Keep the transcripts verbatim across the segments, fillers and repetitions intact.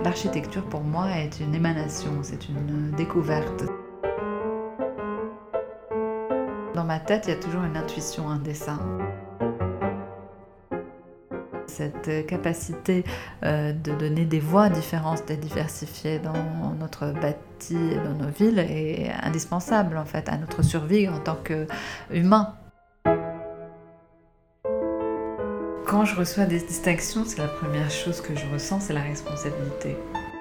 L'architecture pour moi est une émanation, c'est une découverte. Dans ma tête, il y a toujours une intuition, un dessin. Cette capacité euh, de donner des voix différentes et diversifiées dans notre bâti et dans nos villes est indispensable en fait à notre survie en tant qu'humain. Quand je reçois des distinctions, c'est la première chose que je ressens, c'est la responsabilité.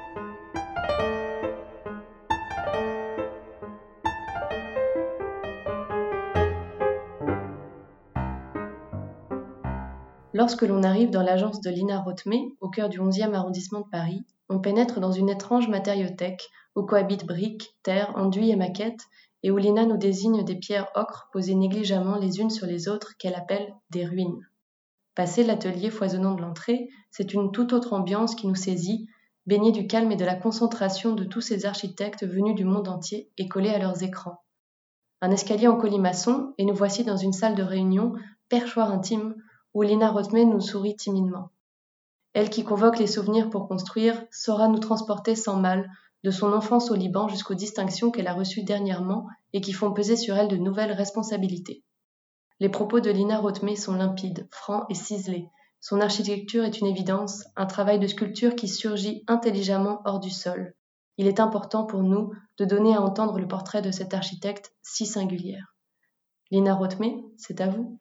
Lorsque l'on arrive dans l'agence de Lina Rothmé, au cœur du onzième arrondissement de Paris, on pénètre dans une étrange matériothèque où cohabitent briques, terre, enduits et maquettes, et où Lina nous désigne des pierres ocre posées négligemment les unes sur les autres qu'elle appelle des ruines. Passé l'atelier foisonnant de l'entrée, c'est une toute autre ambiance qui nous saisit, baignée du calme et de la concentration de tous ces architectes venus du monde entier et collés à leurs écrans. Un escalier en colimaçon, et nous voici dans une salle de réunion, perchoir intime, où Lina Rothmé nous sourit timidement. Elle qui convoque les souvenirs pour construire saura nous transporter sans mal, de son enfance au Liban jusqu'aux distinctions qu'elle a reçues dernièrement et qui font peser sur elle de nouvelles responsabilités. Les propos de Lina Rothmé sont limpides, francs et ciselés. Son architecture est une évidence, un travail de sculpture qui surgit intelligemment hors du sol. Il est important pour nous de donner à entendre le portrait de cette architecte si singulière. Lina Rothmé, c'est à vous.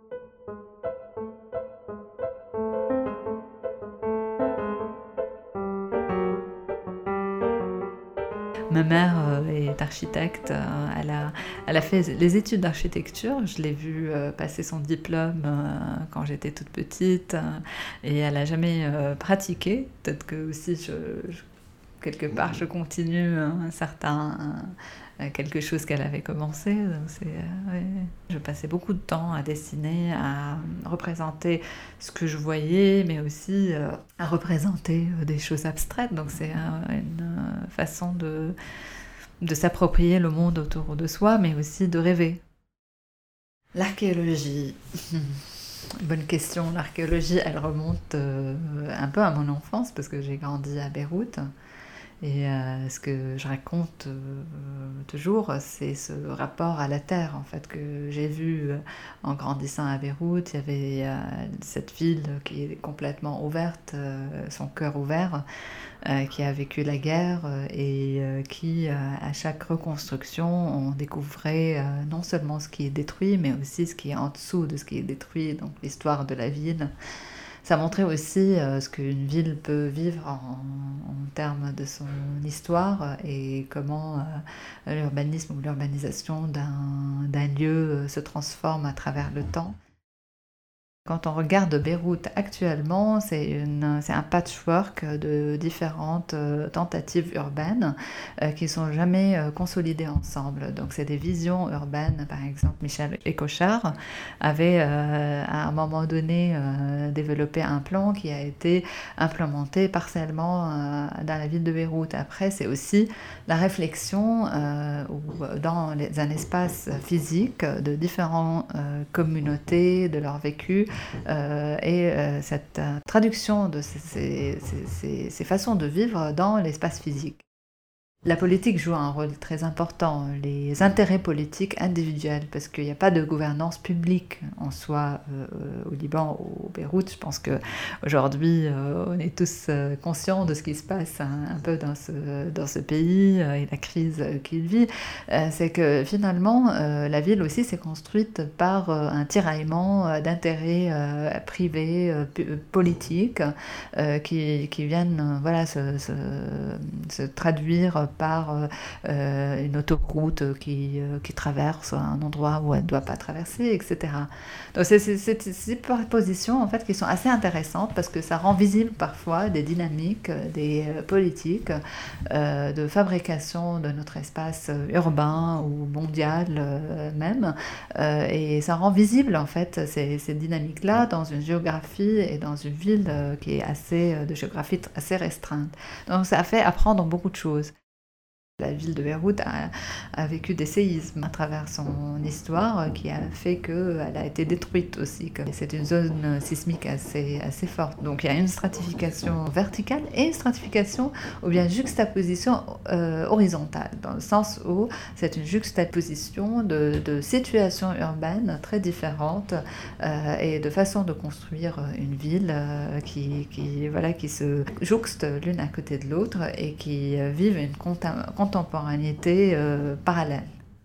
Ma mère est architecte, elle a, elle a fait les études d'architecture, je l'ai vue passer son diplôme quand j'étais toute petite et elle n'a jamais pratiqué, peut-être que aussi je, je, quelque part je continue un certain, quelque chose qu'elle avait commencé. Donc c'est, ouais. Je passais beaucoup de temps à dessiner, à représenter ce que je voyais, mais aussi à représenter des choses abstraites. Donc c'est une façon de, de s'approprier le monde autour de soi, mais aussi de rêver. L'archéologie. Bonne question. L'archéologie, elle remonte un peu à mon enfance, parce que j'ai grandi à Beyrouth. Et euh, ce que je raconte euh, toujours, c'est ce rapport à la terre en fait, que j'ai vu euh, en grandissant à Beyrouth. Il y avait euh, cette ville qui est complètement ouverte, euh, son cœur ouvert, euh, qui a vécu la guerre euh, et euh, qui, euh, à chaque reconstruction, on découvrait euh, non seulement ce qui est détruit, mais aussi ce qui est en dessous de ce qui est détruit, donc l'histoire de la ville. Ça montrait aussi euh, ce qu'une ville peut vivre en, en termes de son histoire et comment euh, l'urbanisme ou l'urbanisation d'un, d'un lieu se transforme à travers le temps. Quand on regarde Beyrouth actuellement, c'est, une, c'est un patchwork de différentes euh, tentatives urbaines euh, qui ne sont jamais euh, consolidées ensemble. Donc c'est des visions urbaines, par exemple Michel Ecochard avait euh, à un moment donné euh, développé un plan qui a été implémenté partiellement euh, dans la ville de Beyrouth. Après, c'est aussi la réflexion euh, dans les, un espace physique de différentes euh, communautés, de leur vécu, Euh, et euh, cette euh, traduction de ces, ces, ces, ces façons de vivre dans l'espace physique. La politique joue un rôle très important, les intérêts politiques individuels, parce qu'il n'y a pas de gouvernance publique en soi euh, au Liban ou au Beyrouth. Je pense qu'aujourd'hui, euh, on est tous euh, conscients de ce qui se passe hein, un peu dans ce, dans ce pays euh, et la crise qu'il vit. Euh, c'est que finalement, euh, la ville aussi s'est construite par euh, un tiraillement euh, d'intérêts euh, privés, euh, p- politiques, euh, qui, qui viennent euh, voilà, se, se, se traduire par euh, une autoroute qui, euh, qui traverse un endroit où elle ne doit pas traverser, et cetera. Donc c'est ces superpositions en fait, qui sont assez intéressantes parce que ça rend visible parfois des dynamiques, des euh, politiques euh, de fabrication de notre espace urbain ou mondial euh, même. Euh, et ça rend visible en fait ces, ces dynamiques-là dans une géographie et dans une ville euh, qui est assez, de géographie assez restreinte. Donc ça fait apprendre beaucoup de choses. La ville de Beyrouth a, a vécu des séismes à travers son histoire qui a fait qu'elle a été détruite aussi. C'est une zone sismique assez, assez forte. Donc il y a une stratification verticale et une stratification ou bien juxtaposition euh, horizontale, dans le sens où c'est une juxtaposition de, de situations urbaines très différentes euh, et de façons de construire une ville euh, qui, qui, voilà, qui se jouxtent l'une à côté de l'autre et qui euh, vivent une contemporanéité contemporanéité euh, parallèle.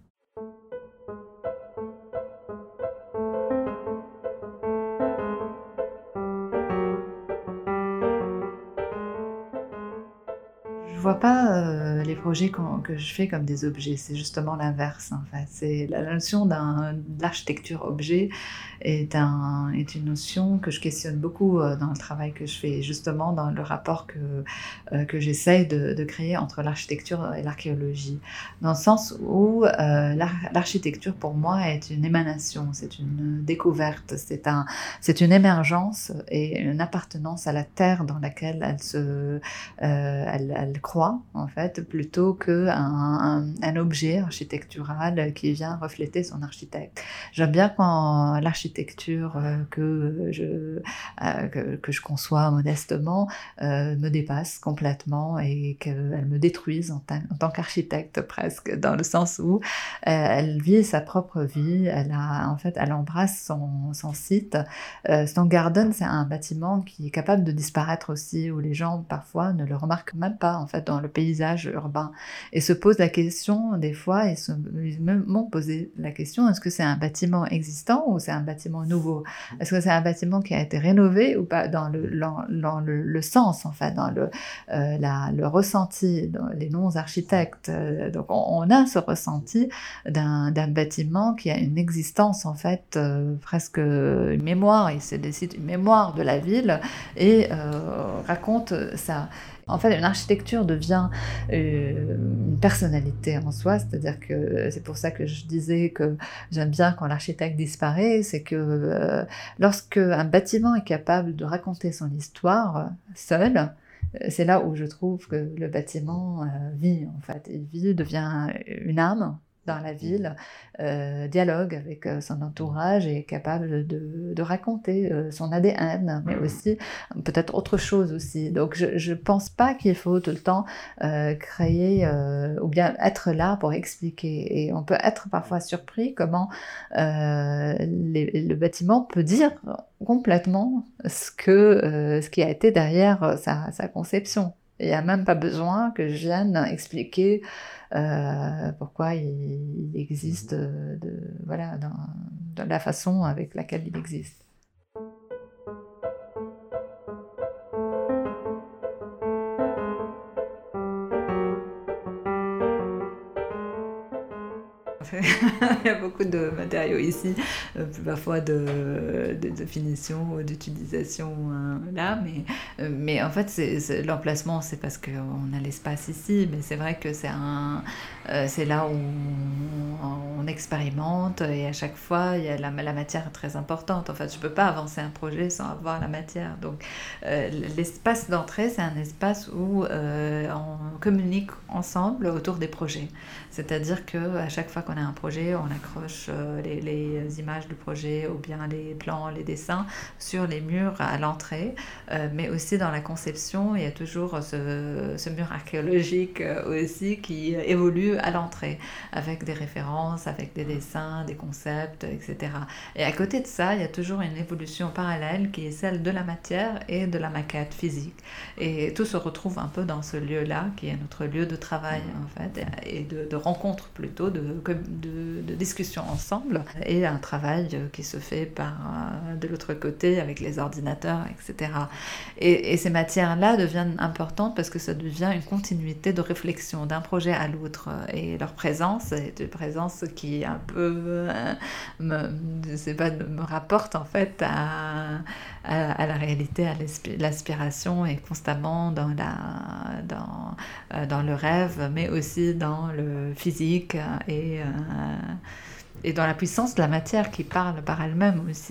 Je vois pas euh, les projets que je fais comme des objets, c'est justement l'inverse en fait. C'est la notion d'un, d'architecture objet est, un, est une notion que je questionne beaucoup euh, dans le travail que je fais, justement dans le rapport que, euh, que j'essaye de, de créer entre l'architecture et l'archéologie. Dans le sens où euh, l'ar, l'architecture pour moi est une émanation, c'est une découverte, c'est, un, c'est une émergence et une appartenance à la terre dans laquelle elle se... Euh, elle, elle croit, en fait, plutôt qu'un un, un objet architectural qui vient refléter son architecte. J'aime bien quand l'architecture euh, que, je, euh, que, que je conçois modestement euh, me dépasse complètement et qu'elle me détruise en, en tant qu'architecte presque, dans le sens où euh, elle vit sa propre vie, elle, a, en fait, elle embrasse son, son site. Euh, Stone Garden, c'est un bâtiment qui est capable de disparaître aussi, où les gens parfois ne le remarquent même pas en fait dans le paysage urbain et se posent la question des fois, et se, ils m'ont posé la question, est-ce que c'est un bâtiment existant ou c'est un bâtiment nouveau? Est-ce que c'est un bâtiment qui a été rénové ou pas, dans le, dans, dans le, le sens en fait, dans le, euh, la, le ressenti, dans les non-architectes. Euh, donc on, on a ce ressenti d'un, d'un bâtiment qui a une existence en fait, euh, presque une mémoire, il se décide une mémoire de la ville et euh, raconte ça. En fait, une architecture devient euh, une personnalité en soi, c'est-à-dire que c'est pour ça que je disais que j'aime bien quand l'architecte disparaît, c'est que euh, lorsque un bâtiment est capable de raconter son histoire seul, c'est là où je trouve que le bâtiment euh, vit, en fait. Il vit, devient une âme dans la ville, euh, dialogue avec euh, son entourage et est capable de, de raconter euh, son A D N, mais aussi peut-être autre chose aussi. Donc je ne pense pas qu'il faut tout le temps euh, créer euh, ou bien être là pour expliquer. Et on peut être parfois surpris comment euh, les, le bâtiment peut dire complètement ce, que, euh, ce qui a été derrière sa, sa conception. Il n'y a même pas besoin que je vienne expliquer euh, pourquoi il, il existe de, de, voilà, dans, dans la façon avec laquelle il existe. Il y a beaucoup de matériaux ici, euh, parfois de, de, de finition, d'utilisation euh, là, mais, euh, mais en fait c'est, c'est, l'emplacement c'est parce qu'on a l'espace ici, mais c'est vrai que c'est, un, euh, c'est là où on, on expérimente et à chaque fois il y a la, la matière est très importante. En fait je ne peux pas avancer un projet sans avoir la matière, donc euh, l'espace d'entrée c'est un espace où euh, on communique ensemble autour des projets, c'est-à-dire qu'à chaque fois qu'on a un projet, on accroche euh, les, les images du projet ou bien les plans, les dessins sur les murs à l'entrée, euh, mais aussi dans la conception, il y a toujours ce, ce mur archéologique euh, aussi qui évolue à l'entrée, avec des références, avec des dessins, des concepts, et cetera. Et à côté de ça, il y a toujours une évolution parallèle qui est celle de la matière et de la maquette physique. Et tout se retrouve un peu dans ce lieu-là, qui est notre lieu de travail en fait, et de, de rencontre plutôt, de, de, de discussion ensemble, et un travail qui se fait par, de l'autre côté avec les ordinateurs, et cetera. Et, et ces matières-là deviennent importantes parce que ça devient une continuité de réflexion d'un projet à l'autre, et leur présence est une présence qui un peu euh, me, je sais pas, me rapporte en fait à, à, à la réalité, à l'aspiration, et constamment dans, la, dans, dans le rêve, mais aussi dans le physique et, euh, et dans la puissance de la matière qui parle par elle-même aussi.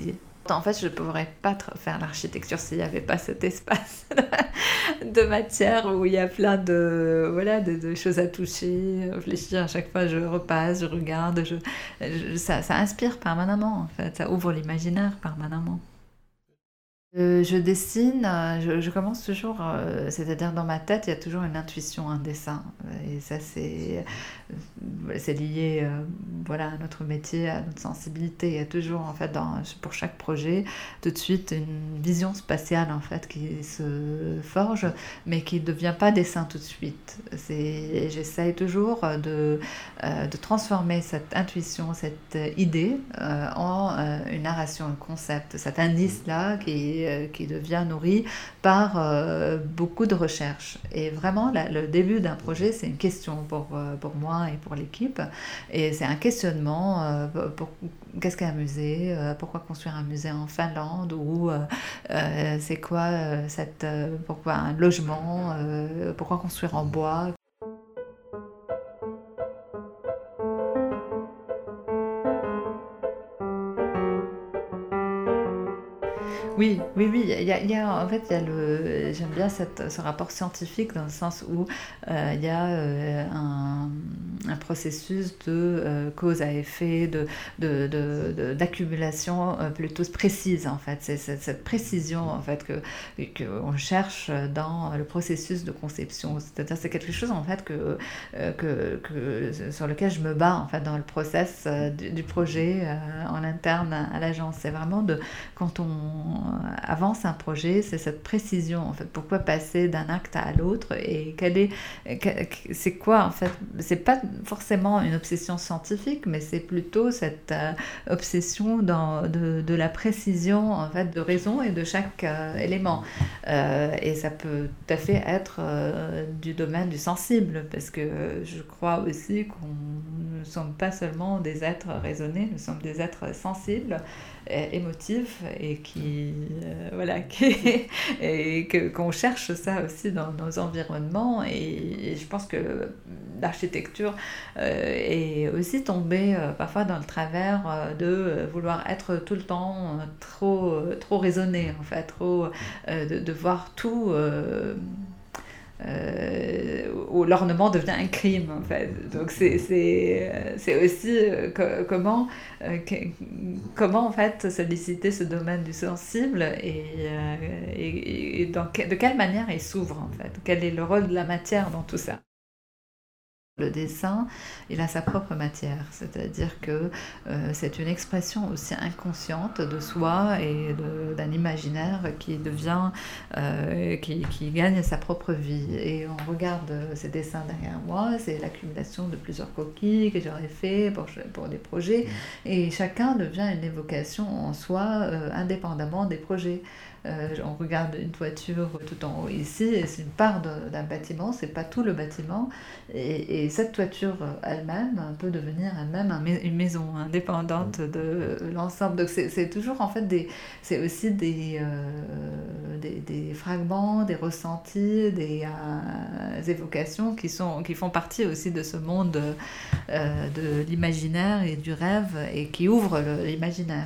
sorte, en fait, je ne pourrais pas tr- faire l'architecture s'il n'y avait pas cet espace de matière où il y a plein de, voilà, de, de choses à toucher, réfléchir. À chaque fois, je repasse, je regarde. Je, je- ça, ça inspire permanemment, en fait. Ça ouvre l'imaginaire permanemment. Euh, je dessine, euh, je, je commence toujours, euh, c'est-à-dire dans ma tête, il y a toujours une intuition, un dessin. Et ça, c'est euh, c'est lié euh, voilà, à notre métier, à notre sensibilité. Il y a toujours, en fait, dans, pour chaque projet, tout de suite une vision spatiale, en fait, qui se forge, mais qui ne devient pas dessin tout de suite. C'est, j'essaye toujours de, euh, de transformer cette intuition, cette idée, euh, en euh, une narration, un concept, cet indice-là qui, euh, qui devient nourri par euh, beaucoup de recherches. Et vraiment, la- le début d'un projet, c'est une question pour, euh, pour moi et pour l'équipe. Et c'est un questionnement, euh, pour, qu'est-ce qu'un musée, euh, pourquoi construire un musée en Finlande, ou euh, euh, c'est quoi euh, cette, euh, pourquoi un logement, euh, pourquoi construire en bois. Oui, oui, oui. Il y a, il y a- en fait, il y a le, j'aime bien cette, ce rapport scientifique dans le sens où euh, il y a euh, un, un processus de euh, cause à effet, de, de, de- de- d'accumulation euh, plutôt précise en fait. C'est cette, cette précision en fait que qu'on cherche dans le processus de conception. C'est-à-dire c'est quelque chose en fait que, euh, que, que sur lequel je me bats en fait dans le process euh, du, du projet euh, en interne à l'agence. C'est vraiment de quand on avance un projet, c'est cette précision en fait. Pourquoi passer d'un acte à l'autre et quelle est, c'est quoi en fait. C'est pas forcément une obsession scientifique, mais c'est plutôt cette euh, obsession dans, de, de la précision en fait de raison et de chaque euh, élément. Euh, et ça peut tout à fait être euh, du domaine du sensible, parce que je crois aussi qu'on ne sommes pas seulement des êtres raisonnés, nous sommes des êtres sensibles, émotifs, et qui euh, voilà qui, et que qu'on cherche ça aussi dans nos environnements. Et, et je pense que l'architecture euh, est aussi tombée euh, parfois dans le travers euh, de vouloir être tout le temps euh, trop trop raisonnée en fait, trop euh, de, de voir tout euh, euh, où l'ornement devient un crime en fait. Donc c'est c'est c'est aussi euh, co- comment euh, que- comment en fait solliciter ce domaine du sensible, et, euh, et, et dans que- de quelle manière il s'ouvre en fait. Quel est le rôle de la matière dans tout ça? Le dessin, il a sa propre matière, c'est-à-dire que euh, c'est une expression aussi inconsciente de soi et de- d'un imaginaire qui devient, euh, qui, qui gagne sa propre vie. Et on regarde ces dessins derrière moi, c'est l'accumulation de plusieurs coquilles que j'aurais fait pour, pour des projets, et chacun devient une évocation en soi, euh, indépendamment des projets. Euh, on regarde une toiture tout en haut ici, et c'est une part de- d'un bâtiment, c'est pas tout le bâtiment. Et, et cette toiture elle-même peut devenir elle-même un une maison indépendante de l'ensemble. Donc c'est c'est toujours en fait des, c'est aussi des, euh, des, des fragments, des ressentis, des euh, évocations qui sont, qui font partie aussi de ce monde euh, de l'imaginaire et du rêve, et qui ouvrent le- l'imaginaire.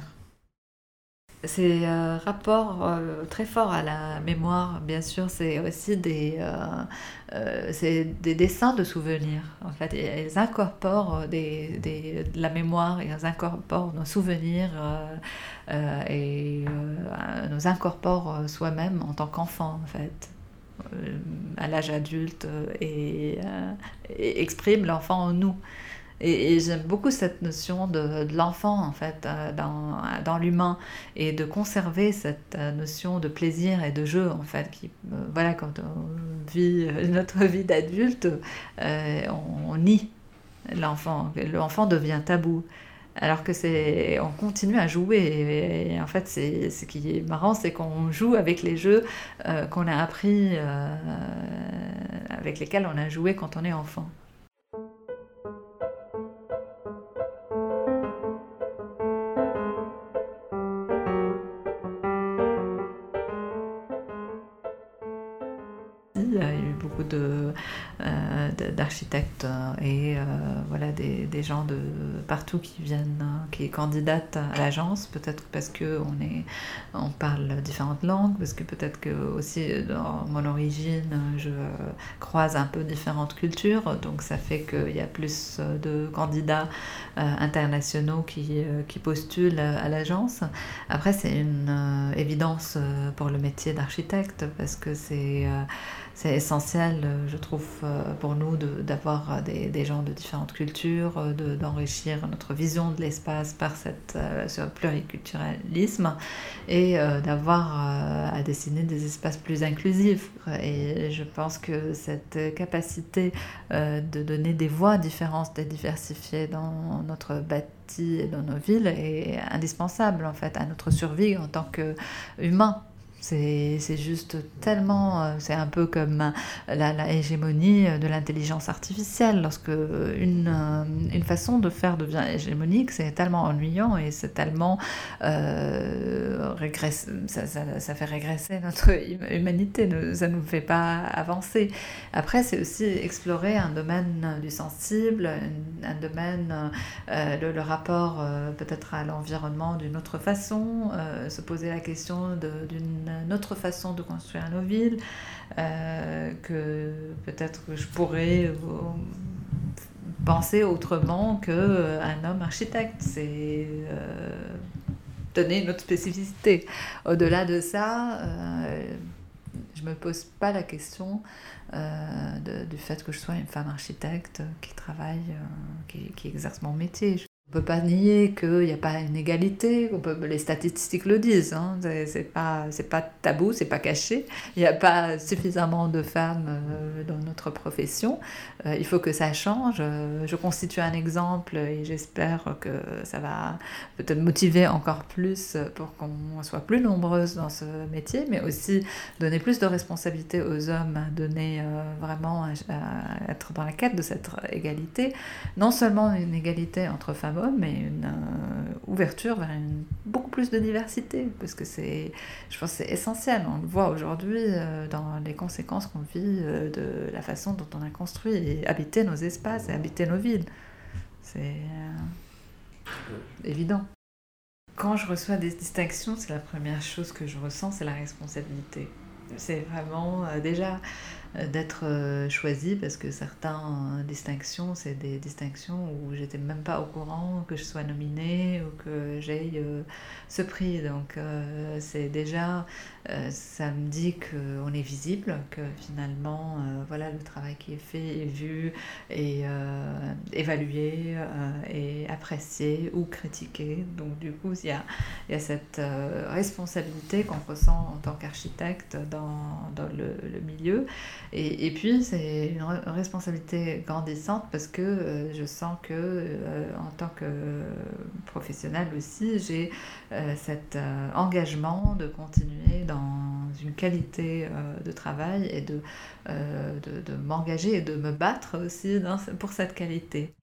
C'est un rapport euh, très fort à la mémoire, bien sûr. C'est aussi des, euh, euh, c'est des dessins de souvenirs. En fait, Et ils incorporent des, des- de la mémoire, ils incorporent nos souvenirs, euh, euh, et euh, nous incorporent soi-même en tant qu'enfant, en fait, euh, à l'âge adulte, euh, et, euh, et expriment l'enfant en nous. Et, et j'aime beaucoup cette notion de, de l'enfant, en fait, euh, dans, dans l'humain, et de conserver cette euh, notion de plaisir et de jeu, en fait, qui, euh, voilà, quand on vit euh, notre vie d'adulte, euh, on, on nie l'enfant. L'enfant devient tabou. Alors que c'est, on continue à jouer. Et, et en fait, c'est, ce qui est marrant, c'est qu'on joue avec les jeux euh, qu'on a appris, euh, avec lesquels on a joué quand on est enfant. Il y a eu eu beaucoup de, euh, d'architectes et euh, voilà, des, des gens de partout qui viennent, qui candidatent à l'agence, peut-être parce qu'on est, on parle différentes langues, parce que peut-être que aussi dans mon origine, je croise un peu différentes cultures, donc ça fait qu'il y a plus de candidats euh, internationaux qui, euh, qui postulent à l'agence. Après, c'est une euh, évidence euh, pour le métier d'architecte, parce que c'est, euh, c'est essentiel, euh, je trouve, euh, pour nous de, d'avoir des, des gens de différentes cultures, euh, de, d'enrichir notre vision de l'espace par cette, euh, ce pluriculturalisme, et euh, d'avoir euh, à dessiner des espaces plus inclusifs. Et je pense que cette capacité euh, de donner des voix différentes et diversifiées dans notre bâti et dans nos villes est indispensable en fait à notre survie en tant qu'humains. C'est, c'est juste tellement, c'est un peu comme la, la hégémonie de l'intelligence artificielle. Lorsque une, une façon de faire devient hégémonique, c'est tellement ennuyant et c'est tellement euh, régresse, ça, ça, ça fait régresser notre humanité, ça ne nous fait pas avancer. Après, c'est aussi explorer un domaine du sensible, un, un domaine, euh, le, le rapport euh, peut-être à l'environnement d'une autre façon, euh, se poser la question de, d'une notre façon de construire nos villes, euh, que peut-être que je pourrais euh, penser autrement qu'un homme architecte. C'est euh, donner une autre spécificité. Au-delà de ça, euh, je ne me pose pas la question euh, de, du fait que je sois une femme architecte qui travaille, euh, qui, qui exerce mon métier. On ne peut pas nier qu'il n'y a pas une égalité, on peut, les statistiques le disent, hein, c'est, c'est, pas, c'est pas tabou, c'est pas caché, il n'y a pas suffisamment de femmes euh, dans notre profession, euh, il faut que ça change. Je constitue un exemple et j'espère que ça va peut-être motiver encore plus pour qu'on soit plus nombreuses dans ce métier, mais aussi donner plus de responsabilités aux hommes, donner euh, vraiment à, à être dans la quête de cette égalité, non seulement une égalité entre femmes mais une euh, ouverture vers une, beaucoup plus de diversité, parce que c'est, je pense que c'est essentiel. On le voit aujourd'hui euh, dans les conséquences qu'on vit euh, de la façon dont on a construit et habité nos espaces et habité nos villes. C'est euh, évident. Quand je reçois des distinctions, c'est la première chose que je ressens, c'est la responsabilité. C'est vraiment euh, déjà euh, d'être euh, choisie, parce que certaines euh, distinctions, c'est des distinctions où j'étais même pas au courant que je sois nominée ou que j'aie euh, ce prix. Donc euh, c'est déjà, euh, ça me dit qu'on est visible, que finalement, euh, voilà, le travail qui est fait est vu et euh, évalué euh, et apprécié ou critiqué. Donc du coup, il y a, il y a cette euh, responsabilité qu'on ressent en tant qu'architecte dans, dans le, le milieu. Et, et puis, c'est une responsabilité grandissante parce que euh, je sens que, euh, en tant que professionnelle aussi, j'ai euh, cet euh, engagement de continuer dans une qualité euh, de travail et de, euh, de, de m'engager et de me battre aussi dans, pour cette qualité.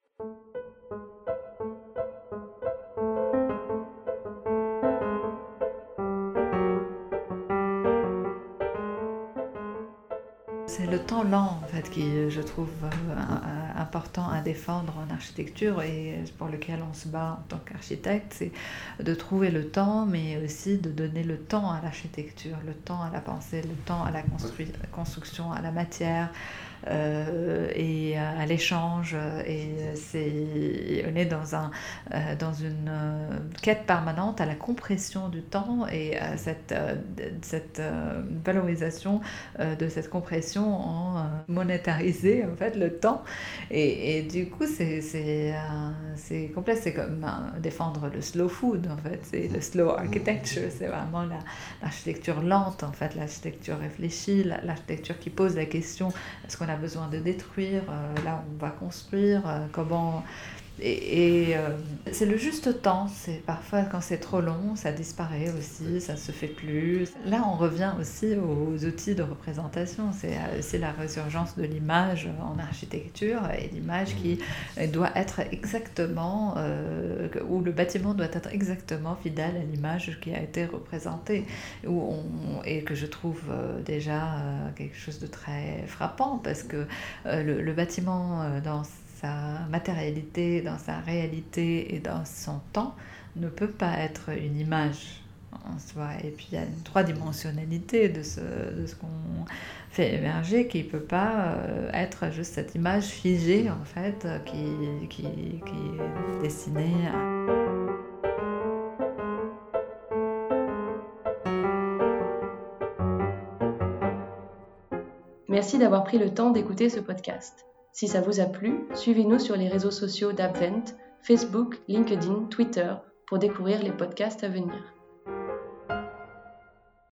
C'est le temps lent en fait qui, je trouve, euh, important à défendre en architecture et pour lequel on se bat en tant qu'architecte, c'est de trouver le temps, mais aussi de donner le temps à l'architecture, le temps à la pensée, le temps à la constru- construction, à la matière euh, et à l'échange. Et c'est, on est dans, un, euh, dans une euh, quête permanente à la compression du temps et à cette, euh, cette euh, valorisation euh, de cette compression en euh, monétariser en fait le temps et, et du coup c'est, c'est, euh, c'est complexe, c'est comme euh, défendre le slow food en fait, c'est le slow architecture, c'est vraiment la, l'architecture lente en fait, l'architecture réfléchie, la, l'architecture qui pose la question est-ce qu'on a besoin de détruire, euh, là on va construire, euh, comment Et, et euh, c'est le juste temps. C'est parfois quand c'est trop long, ça disparaît aussi, ça se fait plus. Là, on revient aussi aux outils de représentation. C'est aussi la résurgence de l'image en architecture, et l'image qui doit être exactement, euh, où le bâtiment doit être exactement fidèle à l'image qui a été représentée, où on, et que je trouve euh, déjà euh, quelque chose de très frappant, parce que euh, le, le bâtiment euh, dans sa matérialité, dans sa réalité et dans son temps ne peut pas être une image en soi. Et puis il y a une trois-dimensionnalité de ce, de ce qu'on fait émerger qui ne peut pas euh, être juste cette image figée en fait, qui, qui, qui est dessinée à... Merci d'avoir pris le temps d'écouter ce podcast. Si ça vous a plu, suivez-nous sur les réseaux sociaux d'Abvent, Facebook, LinkedIn, Twitter, pour découvrir les podcasts à venir.